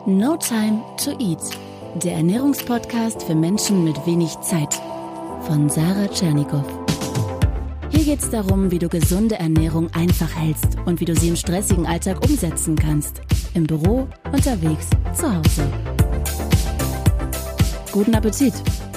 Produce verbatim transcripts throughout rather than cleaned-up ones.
No Time to Eat, der Ernährungspodcast für Menschen mit wenig Zeit von Sarah Tschernikow. Hier geht's darum, wie du gesunde Ernährung einfach hältst und wie du sie im stressigen Alltag umsetzen kannst. Im Büro, unterwegs, zu Hause. Guten Appetit!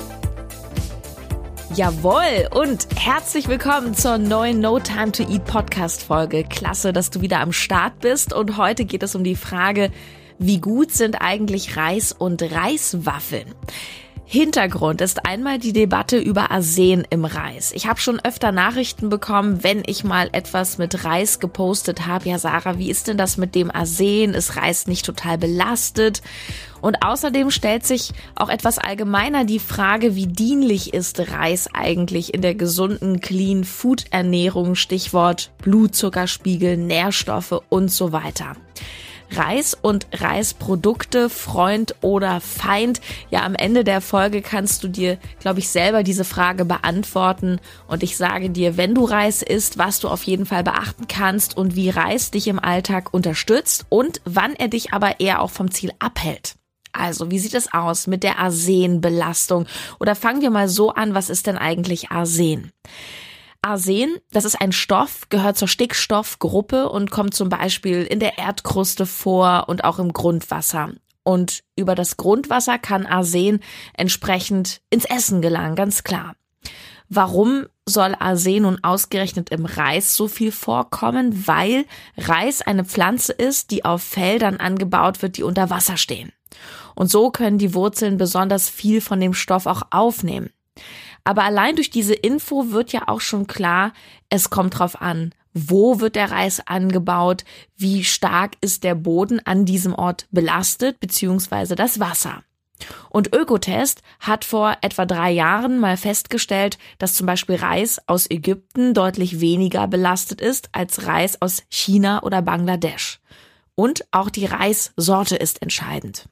Jawohl und herzlich willkommen zur neuen No Time to Eat Podcast Folge. Klasse, dass du wieder am Start bist und heute geht es um die Frage, wie gut sind eigentlich Reis und Reiswaffeln? Hintergrund ist einmal die Debatte über Arsen im Reis. Ich habe schon öfter Nachrichten bekommen, wenn ich mal etwas mit Reis gepostet habe. Ja, Sarah, wie ist denn das mit dem Arsen? Ist Reis nicht total belastet? Und außerdem stellt sich auch etwas allgemeiner die Frage, wie dienlich ist Reis eigentlich in der gesunden Clean-Food-Ernährung? Stichwort Blutzuckerspiegel, Nährstoffe und so weiter. Reis und Reisprodukte, Freund oder Feind? Ja, am Ende der Folge kannst du dir, glaube ich, selber diese Frage beantworten. Und ich sage dir, wenn du Reis isst, was du auf jeden Fall beachten kannst und wie Reis dich im Alltag unterstützt und wann er dich aber eher auch vom Ziel abhält. Also, wie sieht es aus mit der Arsenbelastung? Oder fangen wir mal so an, was ist denn eigentlich Arsen? Arsen, das ist ein Stoff, gehört zur Stickstoffgruppe und kommt zum Beispiel in der Erdkruste vor und auch im Grundwasser. Und über das Grundwasser kann Arsen entsprechend ins Essen gelangen, ganz klar. Warum soll Arsen nun ausgerechnet im Reis so viel vorkommen? Weil Reis eine Pflanze ist, die auf Feldern angebaut wird, die unter Wasser stehen. Und so können die Wurzeln besonders viel von dem Stoff auch aufnehmen. Aber allein durch diese Info wird ja auch schon klar, es kommt drauf an, wo wird der Reis angebaut, wie stark ist der Boden an diesem Ort belastet, beziehungsweise das Wasser. Und Ökotest hat vor etwa drei Jahren mal festgestellt, dass zum Beispiel Reis aus Ägypten deutlich weniger belastet ist als Reis aus China oder Bangladesch. Und auch die Reissorte ist entscheidend.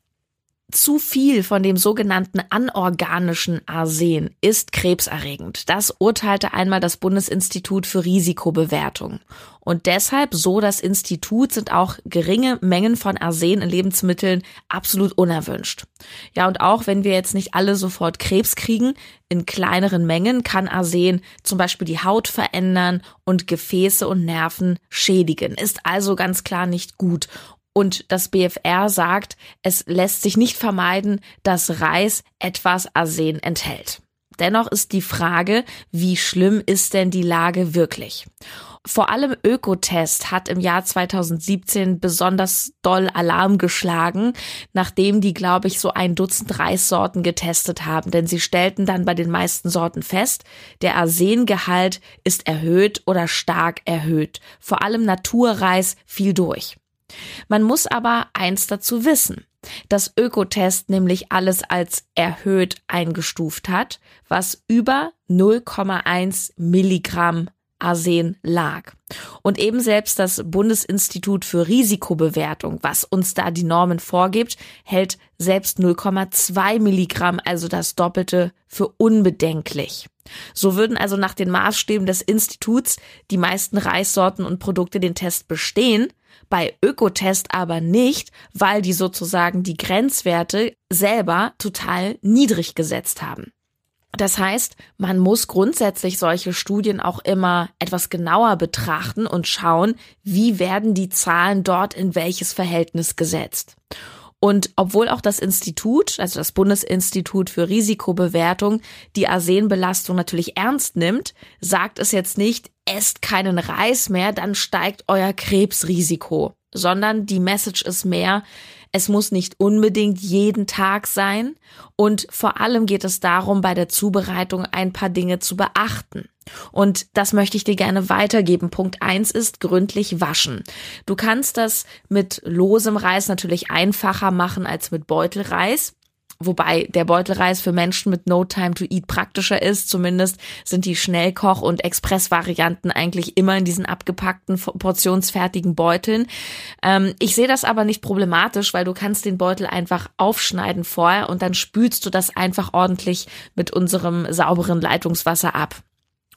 Zu viel von dem sogenannten anorganischen Arsen ist krebserregend. Das urteilte einmal das Bundesinstitut für Risikobewertung. Und deshalb, so das Institut, sind auch geringe Mengen von Arsen in Lebensmitteln absolut unerwünscht. Ja, und auch wenn wir jetzt nicht alle sofort Krebs kriegen, in kleineren Mengen kann Arsen zum Beispiel die Haut verändern und Gefäße und Nerven schädigen. Ist also ganz klar nicht gut. Und das B F R sagt, es lässt sich nicht vermeiden, dass Reis etwas Arsen enthält. Dennoch ist die Frage, wie schlimm ist denn die Lage wirklich? Vor allem Ökotest hat im Jahr zweitausendsiebzehn besonders doll Alarm geschlagen, nachdem die, glaube ich, so ein Dutzend Reissorten getestet haben. Denn sie stellten dann bei den meisten Sorten fest, der Arsengehalt ist erhöht oder stark erhöht. Vor allem Naturreis fiel durch. Man muss aber eins dazu wissen, dass Ökotest nämlich alles als erhöht eingestuft hat, was über null Komma eins Milligramm Arsen lag. Und eben selbst das Bundesinstitut für Risikobewertung, was uns da die Normen vorgibt, hält selbst null Komma zwei Milligramm, also das Doppelte, für unbedenklich. So würden also nach den Maßstäben des Instituts die meisten Reissorten und Produkte den Test bestehen, bei Ökotest aber nicht, weil die sozusagen die Grenzwerte selber total niedrig gesetzt haben. Das heißt, man muss grundsätzlich solche Studien auch immer etwas genauer betrachten und schauen, wie werden die Zahlen dort in welches Verhältnis gesetzt. Und obwohl auch das Institut, also das Bundesinstitut für Risikobewertung, die Arsenbelastung natürlich ernst nimmt, sagt es jetzt nicht, esst keinen Reis mehr, dann steigt euer Krebsrisiko, sondern die Message ist mehr, es muss nicht unbedingt jeden Tag sein und vor allem geht es darum, bei der Zubereitung ein paar Dinge zu beachten. Und das möchte ich dir gerne weitergeben. Punkt eins ist gründlich waschen. Du kannst das mit losem Reis natürlich einfacher machen als mit Beutelreis. Wobei der Beutelreis für Menschen mit No Time to Eat praktischer ist. Zumindest sind die Schnellkoch- und Expressvarianten eigentlich immer in diesen abgepackten, portionsfertigen Beuteln. Ähm, ich sehe das aber nicht problematisch, weil du kannst den Beutel einfach aufschneiden vorher und dann spülst du das einfach ordentlich mit unserem sauberen Leitungswasser ab.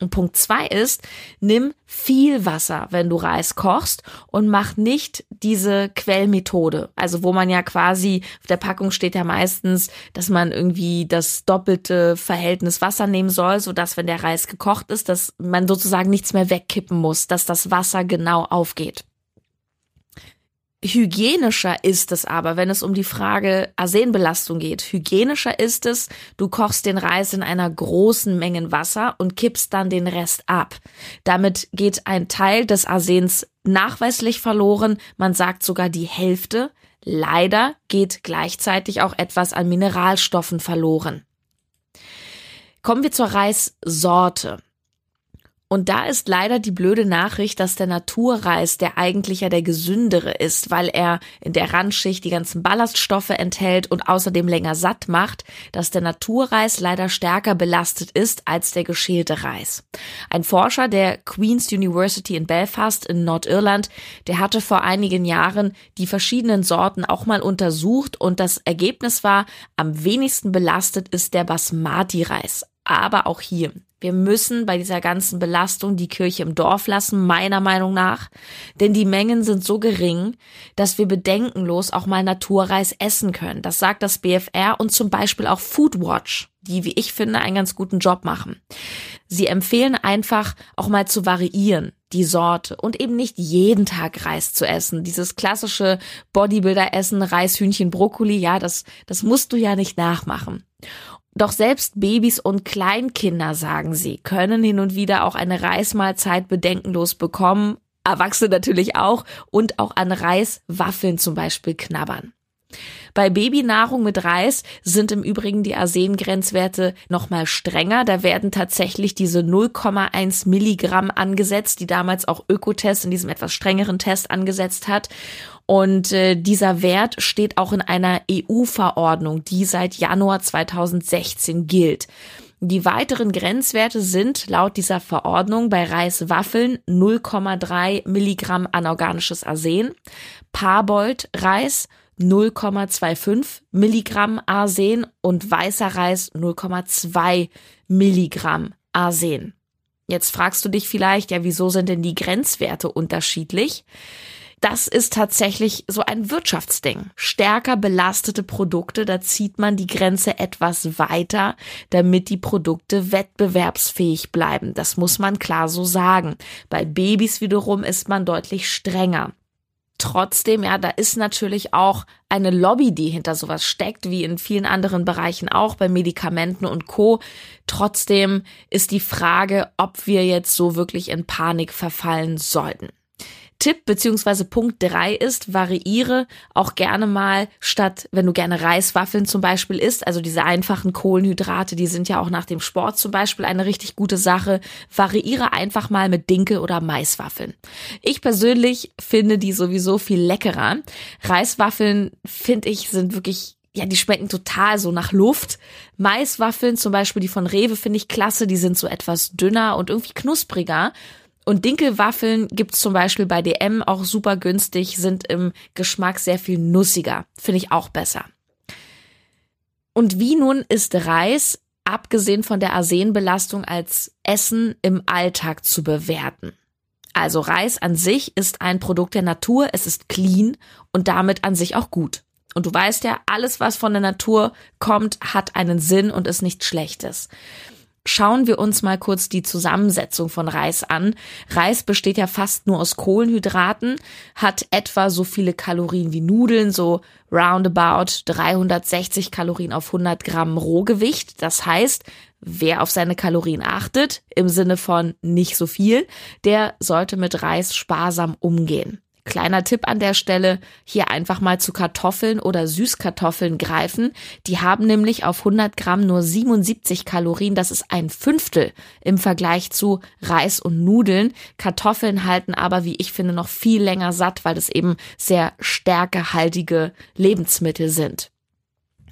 Und Punkt zwei ist, nimm viel Wasser, wenn du Reis kochst und mach nicht diese Quellmethode. Also wo man ja quasi, auf der Packung steht ja meistens, dass man irgendwie das doppelte Verhältnis Wasser nehmen soll, sodass, wenn der Reis gekocht ist, dass man sozusagen nichts mehr wegkippen muss, dass das Wasser genau aufgeht. Hygienischer ist es aber, wenn es um die Frage Arsenbelastung geht. Hygienischer ist es, du kochst den Reis in einer großen Menge Wasser und kippst dann den Rest ab. Damit geht ein Teil des Arsens nachweislich verloren, man sagt sogar die Hälfte. Leider geht gleichzeitig auch etwas an Mineralstoffen verloren. Kommen wir zur Reissorte. Und da ist leider die blöde Nachricht, dass der Naturreis der eigentlich ja der gesündere ist, weil er in der Randschicht die ganzen Ballaststoffe enthält und außerdem länger satt macht, dass der Naturreis leider stärker belastet ist als der geschälte Reis. Ein Forscher der Queen's University in Belfast in Nordirland, der hatte vor einigen Jahren die verschiedenen Sorten auch mal untersucht und das Ergebnis war, am wenigsten belastet ist der Basmati-Reis. Aber auch hier, wir müssen bei dieser ganzen Belastung die Kirche im Dorf lassen, meiner Meinung nach. Denn die Mengen sind so gering, dass wir bedenkenlos auch mal Naturreis essen können. Das sagt das B F R und zum Beispiel auch Foodwatch, die, wie ich finde, einen ganz guten Job machen. Sie empfehlen einfach auch mal zu variieren, die Sorte, und eben nicht jeden Tag Reis zu essen. Dieses klassische Bodybuilder-Essen, Reis, Hühnchen, Brokkoli, ja, das, das musst du ja nicht nachmachen. Doch selbst Babys und Kleinkinder, sagen sie, können hin und wieder auch eine Reismahlzeit bedenkenlos bekommen, Erwachsene natürlich auch, und auch an Reiswaffeln zum Beispiel knabbern. Bei Babynahrung mit Reis sind im Übrigen die Arsengrenzwerte nochmal strenger. Da werden tatsächlich diese null Komma eins Milligramm angesetzt, die damals auch Ökotest in diesem etwas strengeren Test angesetzt hat. Und äh, dieser Wert steht auch in einer E U-Verordnung, die seit Januar zweitausendsechzehn gilt. Die weiteren Grenzwerte sind laut dieser Verordnung bei Reiswaffeln null Komma drei Milligramm anorganisches Arsen, Parboiled-Reis null Komma fünfundzwanzig Milligramm Arsen und weißer Reis null Komma zwei Milligramm Arsen. Jetzt fragst du dich vielleicht, ja, wieso sind denn die Grenzwerte unterschiedlich? Das ist tatsächlich so ein Wirtschaftsding. Stärker belastete Produkte, da zieht man die Grenze etwas weiter, damit die Produkte wettbewerbsfähig bleiben. Das muss man klar so sagen. Bei Babys wiederum ist man deutlich strenger. Trotzdem, ja, da ist natürlich auch eine Lobby, die hinter sowas steckt, wie in vielen anderen Bereichen auch, bei Medikamenten und Co. Trotzdem ist die Frage, ob wir jetzt so wirklich in Panik verfallen sollten. Tipp bzw. Punkt drei ist, variiere auch gerne mal statt, wenn du gerne Reiswaffeln zum Beispiel isst, also diese einfachen Kohlenhydrate, die sind ja auch nach dem Sport zum Beispiel eine richtig gute Sache, variiere einfach mal mit Dinkel- oder Maiswaffeln. Ich persönlich finde die sowieso viel leckerer. Reiswaffeln, finde ich, sind wirklich, ja, die schmecken total so nach Luft. Maiswaffeln, zum Beispiel die von Rewe, finde ich klasse, die sind so etwas dünner und irgendwie knuspriger. Und Dinkelwaffeln gibt's zum Beispiel bei D M auch super günstig, sind im Geschmack sehr viel nussiger. Finde ich auch besser. Und wie nun ist Reis, abgesehen von der Arsenbelastung, als Essen im Alltag zu bewerten? Also Reis an sich ist ein Produkt der Natur, es ist clean und damit an sich auch gut. Und du weißt ja, alles, was von der Natur kommt, hat einen Sinn und ist nichts Schlechtes. Schauen wir uns mal kurz die Zusammensetzung von Reis an. Reis besteht ja fast nur aus Kohlenhydraten, hat etwa so viele Kalorien wie Nudeln, so roundabout dreihundertsechzig Kalorien auf hundert Gramm Rohgewicht. Das heißt, wer auf seine Kalorien achtet, im Sinne von nicht so viel, der sollte mit Reis sparsam umgehen. Kleiner Tipp an der Stelle, hier einfach mal zu Kartoffeln oder Süßkartoffeln greifen. Die haben nämlich auf hundert Gramm nur siebenundsiebzig Kalorien. Das ist ein Fünftel im Vergleich zu Reis und Nudeln. Kartoffeln halten aber, wie ich finde, noch viel länger satt, weil es eben sehr stärkehaltige Lebensmittel sind.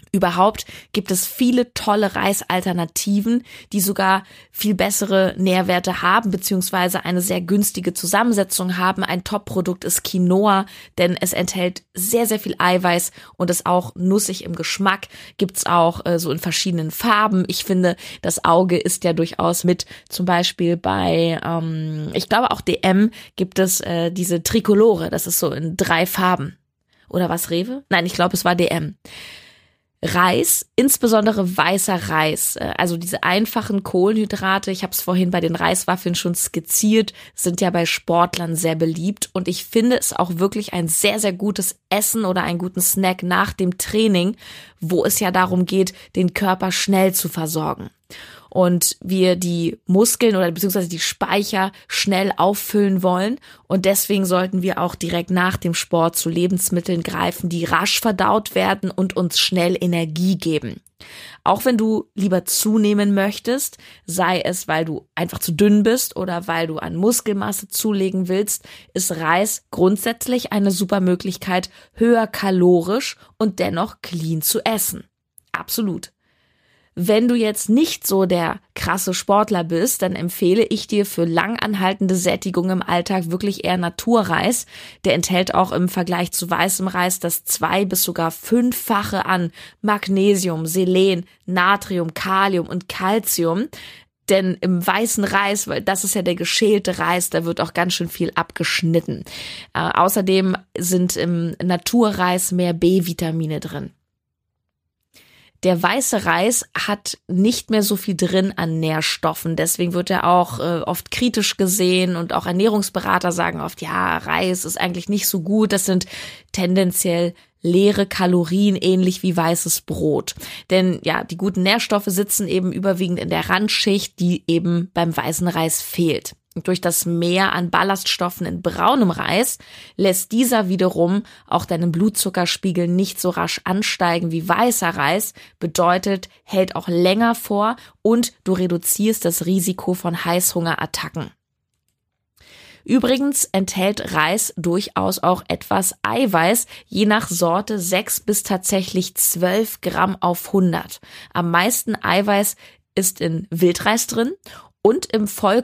Überhaupt gibt es viele tolle Reisalternativen, die sogar viel bessere Nährwerte haben, beziehungsweise eine sehr günstige Zusammensetzung haben. Ein Top-Produkt ist Quinoa, denn es enthält sehr, sehr viel Eiweiß und ist auch nussig im Geschmack. Gibt's auch äh, so in verschiedenen Farben. Ich finde, das Auge ist ja durchaus mit. Zum Beispiel bei, ähm, ich glaube auch D M gibt es äh, diese Tricolore. Das ist so in drei Farben. Oder was, Rewe? Nein, ich glaube, es war D M. Reis, insbesondere weißer Reis, also diese einfachen Kohlenhydrate, ich habe es vorhin bei den Reiswaffeln schon skizziert, sind ja bei Sportlern sehr beliebt und ich finde es auch wirklich ein sehr, sehr gutes Essen oder einen guten Snack nach dem Training, wo es ja darum geht, den Körper schnell zu versorgen. Und wir die Muskeln oder beziehungsweise die Speicher schnell auffüllen wollen. Und deswegen sollten wir auch direkt nach dem Sport zu Lebensmitteln greifen, die rasch verdaut werden und uns schnell Energie geben. Auch wenn du lieber zunehmen möchtest, sei es, weil du einfach zu dünn bist oder weil du an Muskelmasse zulegen willst, ist Reis grundsätzlich eine super Möglichkeit, höher kalorisch und dennoch clean zu essen. Absolut. Wenn du jetzt nicht so der krasse Sportler bist, dann empfehle ich dir für langanhaltende Sättigung im Alltag wirklich eher Naturreis. Der enthält auch im Vergleich zu weißem Reis das zwei- bis sogar fünffache an Magnesium, Selen, Natrium, Kalium und Calcium. Denn im weißen Reis, weil das ist ja der geschälte Reis, da wird auch ganz schön viel abgeschnitten. Äh, außerdem sind im Naturreis mehr B-Vitamine drin. Der weiße Reis hat nicht mehr so viel drin an Nährstoffen, deswegen wird er auch äh, oft kritisch gesehen und auch Ernährungsberater sagen oft, ja, Reis ist eigentlich nicht so gut, das sind tendenziell leere Kalorien, ähnlich wie weißes Brot. Denn ja, die guten Nährstoffe sitzen eben überwiegend in der Randschicht, die eben beim weißen Reis fehlt. Und durch das Mehr an Ballaststoffen in braunem Reis lässt dieser wiederum auch deinen Blutzuckerspiegel nicht so rasch ansteigen wie weißer Reis, bedeutet, hält auch länger vor und du reduzierst das Risiko von Heißhungerattacken. Übrigens enthält Reis durchaus auch etwas Eiweiß, je nach Sorte sechs bis tatsächlich zwölf Gramm auf hundert. Am meisten Eiweiß ist in Wildreis drin und im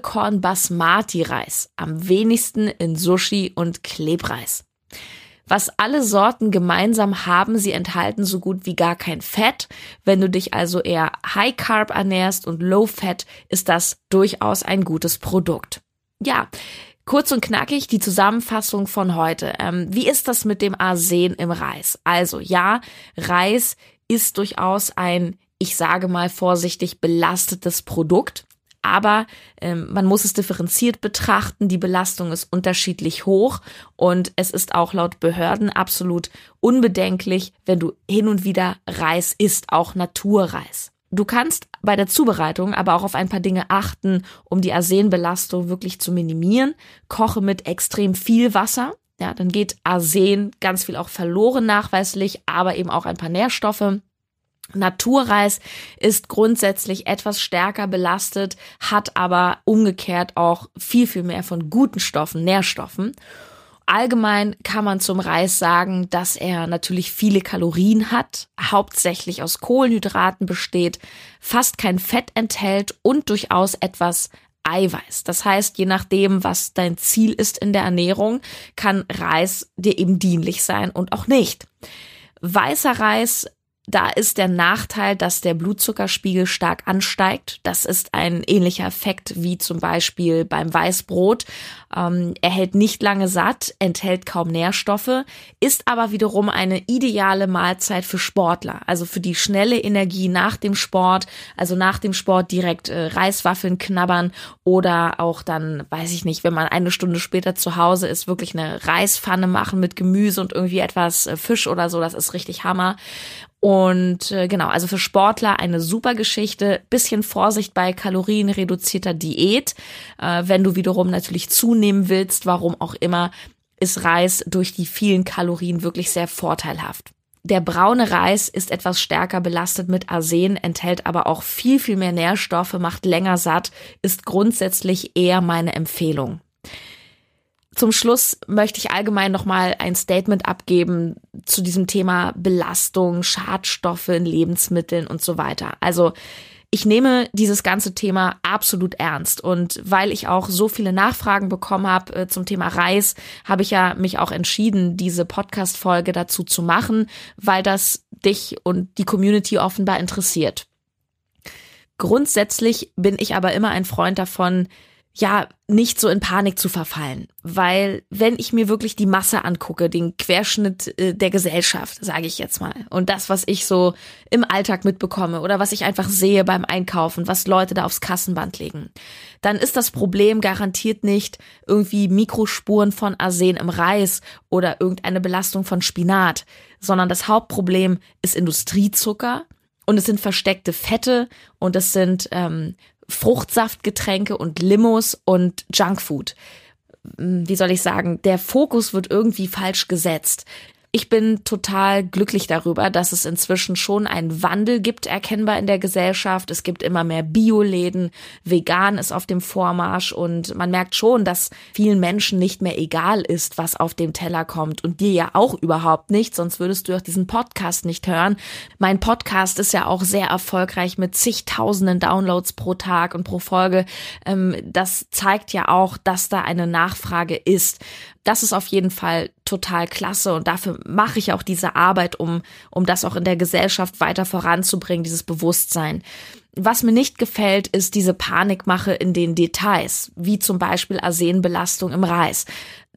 Vollkorn-Basmati-Reis, am wenigsten in Sushi und Klebreis. Was alle Sorten gemeinsam haben, sie enthalten so gut wie gar kein Fett. Wenn du dich also eher High Carb ernährst und Low Fat, ist das durchaus ein gutes Produkt. Ja, kurz und knackig die Zusammenfassung von heute. Ähm, wie ist das mit dem Arsen im Reis? Also ja, Reis ist durchaus ein, ich sage mal vorsichtig, belastetes Produkt. Aber ähm, man muss es differenziert betrachten. Die Belastung ist unterschiedlich hoch und es ist auch laut Behörden absolut unbedenklich, wenn du hin und wieder Reis isst, auch Naturreis. Du kannst bei der Zubereitung aber auch auf ein paar Dinge achten, um die Arsenbelastung wirklich zu minimieren. Koche mit extrem viel Wasser. Ja, dann geht Arsen ganz viel auch verloren nachweislich, aber eben auch ein paar Nährstoffe. Naturreis ist grundsätzlich etwas stärker belastet, hat aber umgekehrt auch viel, viel mehr von guten Stoffen, Nährstoffen. Allgemein kann man zum Reis sagen, dass er natürlich viele Kalorien hat, hauptsächlich aus Kohlenhydraten besteht, fast kein Fett enthält und durchaus etwas Eiweiß. Das heißt, je nachdem, was dein Ziel ist in der Ernährung, kann Reis dir eben dienlich sein und auch nicht. Weißer Reis, da ist der Nachteil, dass der Blutzuckerspiegel stark ansteigt. Das ist ein ähnlicher Effekt wie zum Beispiel beim Weißbrot. Ähm, er hält nicht lange satt, enthält kaum Nährstoffe, ist aber wiederum eine ideale Mahlzeit für Sportler. Also für die schnelle Energie nach dem Sport, also nach dem Sport direkt äh, Reiswaffeln knabbern oder auch dann, weiß ich nicht, wenn man eine Stunde später zu Hause ist, wirklich eine Reispfanne machen mit Gemüse und irgendwie etwas äh, Fisch oder so. Das ist richtig Hammer. Und äh, genau, also für Sportler eine super Geschichte. Bisschen Vorsicht bei kalorienreduzierter Diät. Äh, wenn du wiederum natürlich zunehmen willst, warum auch immer, ist Reis durch die vielen Kalorien wirklich sehr vorteilhaft. Der braune Reis ist etwas stärker belastet mit Arsen, enthält aber auch viel, viel mehr Nährstoffe, macht länger satt, ist grundsätzlich eher meine Empfehlung. Zum Schluss möchte ich allgemein nochmal ein Statement abgeben zu diesem Thema Belastung, Schadstoffe in Lebensmitteln und so weiter. Also ich nehme dieses ganze Thema absolut ernst und weil ich auch so viele Nachfragen bekommen habe äh, zum Thema Reis, habe ich ja mich auch entschieden, diese Podcast-Folge dazu zu machen, weil das dich und die Community offenbar interessiert. Grundsätzlich bin ich aber immer ein Freund davon, ja, nicht so in Panik zu verfallen, weil wenn ich mir wirklich die Masse angucke, den Querschnitt äh, der Gesellschaft, sage ich jetzt mal, und das, was ich so im Alltag mitbekomme oder was ich einfach sehe beim Einkaufen, was Leute da aufs Kassenband legen, dann ist das Problem garantiert nicht irgendwie Mikrospuren von Arsen im Reis oder irgendeine Belastung von Spinat, sondern das Hauptproblem ist Industriezucker und es sind versteckte Fette und es sind ähm, Fruchtsaftgetränke und Limos und Junkfood. Wie soll ich sagen, der Fokus wird irgendwie falsch gesetzt. Ich bin total glücklich darüber, dass es inzwischen schon einen Wandel gibt, erkennbar in der Gesellschaft. Es gibt immer mehr Bioläden, vegan ist auf dem Vormarsch und man merkt schon, dass vielen Menschen nicht mehr egal ist, was auf dem Teller kommt und dir ja auch überhaupt nicht, sonst würdest du auch diesen Podcast nicht hören. Mein Podcast ist ja auch sehr erfolgreich mit zigtausenden Downloads pro Tag und pro Folge. Das zeigt ja auch, dass da eine Nachfrage ist. Das ist auf jeden Fall total klasse und dafür mache ich auch diese Arbeit, um um das auch in der Gesellschaft weiter voranzubringen, dieses Bewusstsein. Was mir nicht gefällt, ist diese Panikmache in den Details, wie zum Beispiel Arsenbelastung im Reis.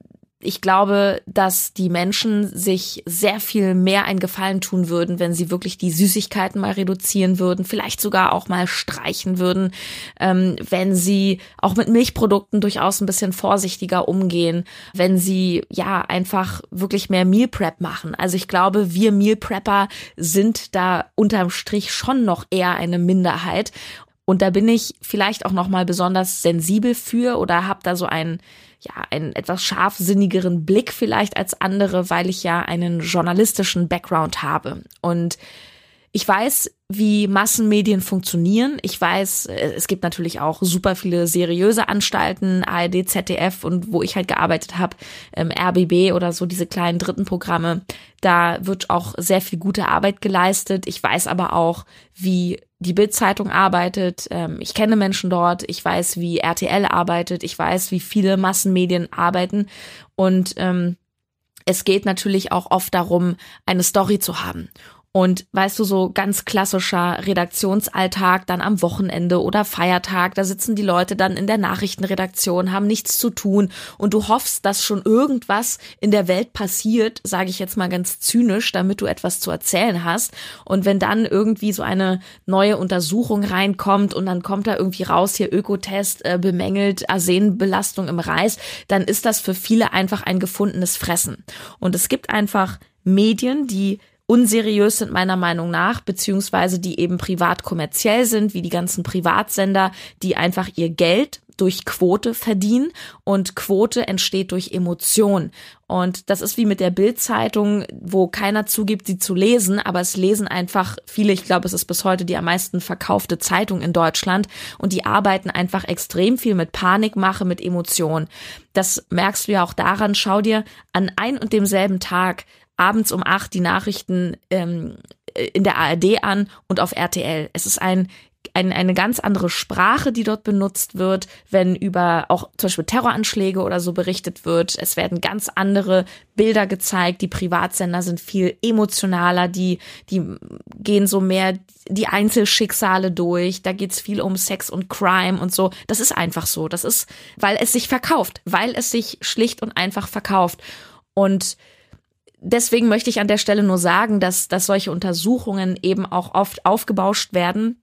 Ich glaube, dass die Menschen sich sehr viel mehr einen Gefallen tun würden, wenn sie wirklich die Süßigkeiten mal reduzieren würden, vielleicht sogar auch mal streichen würden, ähm, wenn sie auch mit Milchprodukten durchaus ein bisschen vorsichtiger umgehen, wenn sie ja einfach wirklich mehr Meal Prep machen. Also ich glaube, wir Meal Prepper sind da unterm Strich schon noch eher eine Minderheit. Und da bin ich vielleicht auch noch mal besonders sensibel für oder habe da so einen, ja, einen etwas scharfsinnigeren Blick vielleicht als andere, weil ich ja einen journalistischen Background habe. Und ich weiß, wie Massenmedien funktionieren. Ich weiß, es gibt natürlich auch super viele seriöse Anstalten, A R D, Z D F und wo ich halt gearbeitet habe, ähm, R B B oder so, diese kleinen dritten Programme. Da wird auch sehr viel gute Arbeit geleistet. Ich weiß aber auch, wie die Bild-Zeitung arbeitet. Ähm, ich kenne Menschen dort. Ich weiß, wie R T L arbeitet. Ich weiß, wie viele Massenmedien arbeiten. Und ähm, es geht natürlich auch oft darum, eine Story zu haben. Und weißt du, so ganz klassischer Redaktionsalltag dann am Wochenende oder Feiertag, da sitzen die Leute dann in der Nachrichtenredaktion, haben nichts zu tun und du hoffst, dass schon irgendwas in der Welt passiert, sage ich jetzt mal ganz zynisch, damit du etwas zu erzählen hast. Und wenn dann irgendwie so eine neue Untersuchung reinkommt und dann kommt da irgendwie raus, hier Ökotest äh, bemängelt Arsenbelastung im Reis, dann ist das für viele einfach ein gefundenes Fressen. Und es gibt einfach Medien, die unseriös sind meiner Meinung nach, beziehungsweise die eben privat kommerziell sind, wie die ganzen Privatsender, die einfach ihr Geld durch Quote verdienen und Quote entsteht durch Emotion. Und das ist wie mit der Bild-Zeitung, wo keiner zugibt, sie zu lesen, aber es lesen einfach viele, ich glaube, es ist bis heute die am meisten verkaufte Zeitung in Deutschland und die arbeiten einfach extrem viel mit Panikmache, mit Emotion. Das merkst du ja auch daran, schau dir an ein und demselben Tag abends um acht die Nachrichten ähm, in der A R D an und auf R T L. Es ist ein, ein eine ganz andere Sprache, die dort benutzt wird, wenn über auch zum Beispiel Terroranschläge oder so berichtet wird. Es werden ganz andere Bilder gezeigt. Die Privatsender sind viel emotionaler, die die gehen so mehr die Einzelschicksale durch. Da geht's viel um Sex und Crime und so. Das ist einfach so. Das ist, weil es sich verkauft, weil es sich schlicht und einfach verkauft. Und deswegen möchte ich an der Stelle nur sagen, dass, dass solche Untersuchungen eben auch oft aufgebauscht werden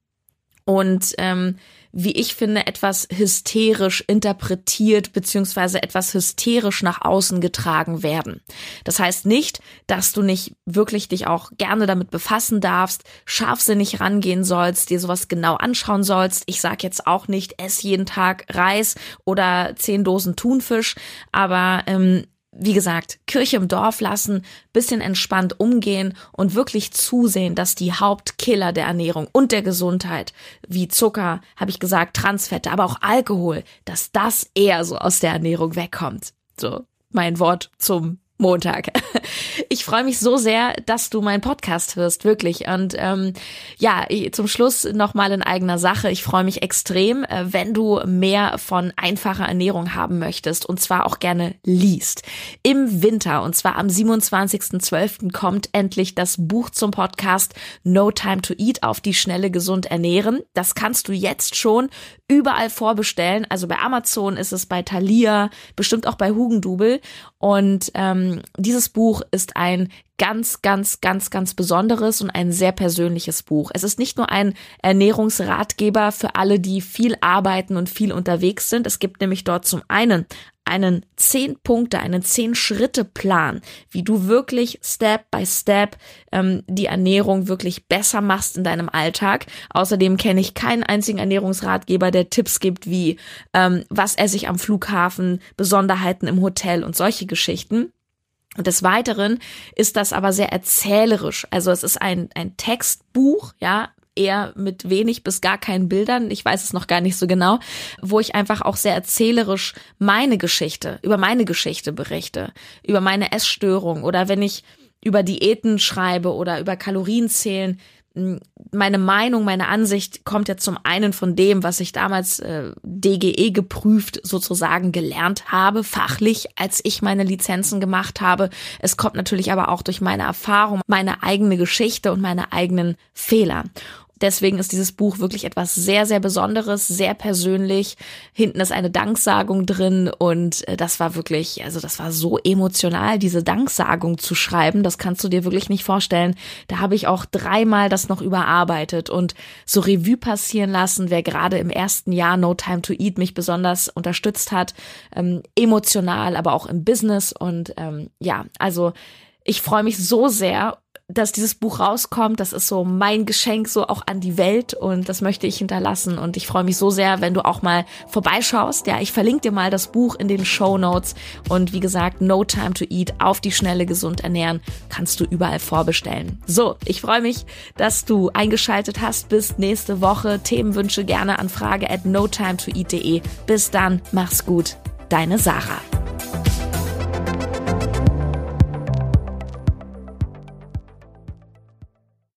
und ähm, wie ich finde, etwas hysterisch interpretiert beziehungsweise etwas hysterisch nach außen getragen werden. Das heißt nicht, dass du nicht wirklich dich auch gerne damit befassen darfst, scharfsinnig rangehen sollst, dir sowas genau anschauen sollst. Ich sage jetzt auch nicht, ess jeden Tag Reis oder zehn Dosen Thunfisch, aber ähm, wie gesagt, Kirche im Dorf lassen, bisschen entspannt umgehen und wirklich zusehen, dass die Hauptkiller der Ernährung und der Gesundheit, wie Zucker, habe ich gesagt, Transfette, aber auch Alkohol, dass das eher so aus der Ernährung wegkommt. So, mein Wort zum Montag. Ich freue mich so sehr, dass du meinen Podcast hörst, wirklich. Und ähm, ja, zum Schluss nochmal in eigener Sache. Ich freue mich extrem, äh, wenn du mehr von einfacher Ernährung haben möchtest und zwar auch gerne liest. Im Winter, und zwar am siebenundzwanzigsten zwölften kommt endlich das Buch zum Podcast No Time to Eat, auf die Schnelle gesund ernähren. Das kannst du jetzt schon überall vorbestellen. Also bei Amazon ist es, bei Thalia, bestimmt auch bei Hugendubel. Und ähm, dieses Buch ist ein ganz, ganz, ganz, ganz besonderes und ein sehr persönliches Buch. Es ist nicht nur ein Ernährungsratgeber für alle, die viel arbeiten und viel unterwegs sind. Es gibt nämlich dort zum einen einen zehn Punkte, einen zehn Schritte Plan, wie du wirklich Step by Step ähm, die Ernährung wirklich besser machst in deinem Alltag. Außerdem kenne ich keinen einzigen Ernährungsratgeber, der Tipps gibt wie ähm, was esse ich am Flughafen, Besonderheiten im Hotel und solche Geschichten. Und des Weiteren ist das aber sehr erzählerisch. Also es ist ein ein Textbuch, ja, eher mit wenig bis gar keinen Bildern, ich weiß es noch gar nicht so genau, wo ich einfach auch sehr erzählerisch meine Geschichte, über meine Geschichte berichte, über meine Essstörung oder wenn ich über Diäten schreibe oder über Kalorienzählen. Meine Meinung, meine Ansicht kommt ja zum einen von dem, was ich damals äh, D G E geprüft sozusagen gelernt habe, fachlich, als ich meine Lizenzen gemacht habe. Es kommt natürlich aber auch durch meine Erfahrung, meine eigene Geschichte und meine eigenen Fehler. Deswegen ist dieses Buch wirklich etwas sehr, sehr Besonderes, sehr persönlich. Hinten ist eine Danksagung drin und das war wirklich, also das war so emotional, diese Danksagung zu schreiben. Das kannst du dir wirklich nicht vorstellen. Da habe ich auch dreimal das noch überarbeitet und so Revue passieren lassen, wer gerade im ersten Jahr No Time to Eat mich besonders unterstützt hat, ähm, emotional, aber auch im Business. Und ähm, ja, also ich freue mich so sehr, dass dieses Buch rauskommt. Das ist so mein Geschenk so auch an die Welt und das möchte ich hinterlassen und ich freue mich so sehr, wenn du auch mal vorbeischaust. Ja, ich verlinke dir mal das Buch in den Shownotes und wie gesagt, No Time to Eat, auf die Schnelle gesund ernähren, kannst du überall vorbestellen. So, ich freue mich, dass du eingeschaltet hast. Bis nächste Woche. Themenwünsche gerne an frage at no time to eat punkt de. Bis dann, mach's gut. Deine Sarah.